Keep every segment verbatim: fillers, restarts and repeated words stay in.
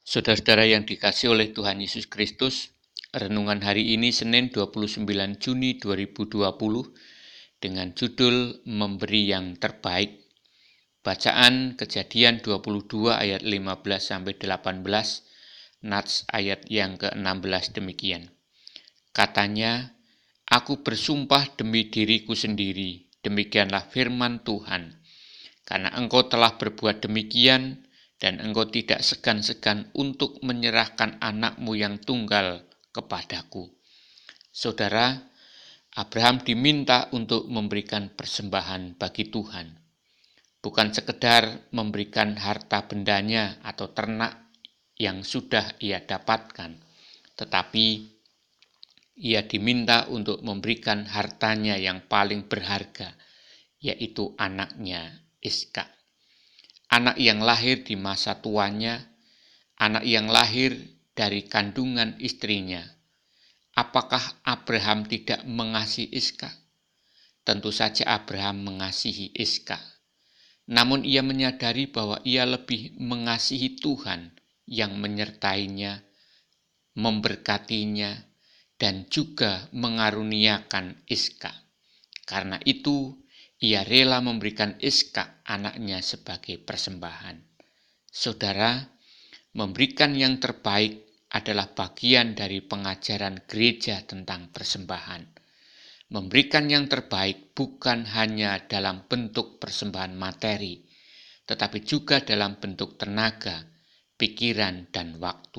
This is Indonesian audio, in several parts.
Saudara-saudara yang dikasihi oleh Tuhan Yesus Kristus, renungan hari ini Senin dua puluh sembilan Juni dua ribu dua puluh dengan judul Memberi yang Terbaik. Bacaan Kejadian dua puluh dua ayat lima belas sampai delapan belas, Nats ayat yang ke enam belas demikian. Katanya, "Aku bersumpah demi diriku sendiri, demikianlah firman Tuhan, karena engkau telah berbuat demikian, dan engkau tidak segan-segan untuk menyerahkan anakmu yang tunggal kepadaku." Saudara, Abraham diminta untuk memberikan persembahan bagi Tuhan. Bukan sekedar memberikan harta bendanya atau ternak yang sudah ia dapatkan, tetapi ia diminta untuk memberikan hartanya yang paling berharga, yaitu anaknya Ishak. Anak yang lahir di masa tuanya, anak yang lahir dari kandungan istrinya. Apakah Abraham tidak mengasihi Ishak? Tentu saja Abraham mengasihi Ishak. Namun ia menyadari bahwa ia lebih mengasihi Tuhan yang menyertainya, memberkatinya, dan juga mengaruniakan Ishak. Karena itu, ia rela memberikan Ishak anaknya sebagai persembahan. Saudara, memberikan yang terbaik adalah bagian dari pengajaran gereja tentang persembahan. Memberikan yang terbaik bukan hanya dalam bentuk persembahan materi, tetapi juga dalam bentuk tenaga, pikiran, dan waktu.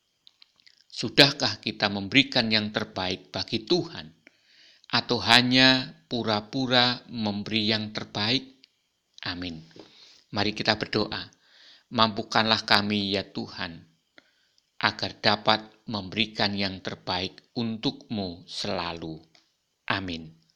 Sudahkah kita memberikan yang terbaik bagi Tuhan? Atau hanya pura-pura memberi yang terbaik? Amin. Mari kita berdoa. Mampukanlah kami ya Tuhan, agar dapat memberikan yang terbaik untuk-Mu selalu. Amin.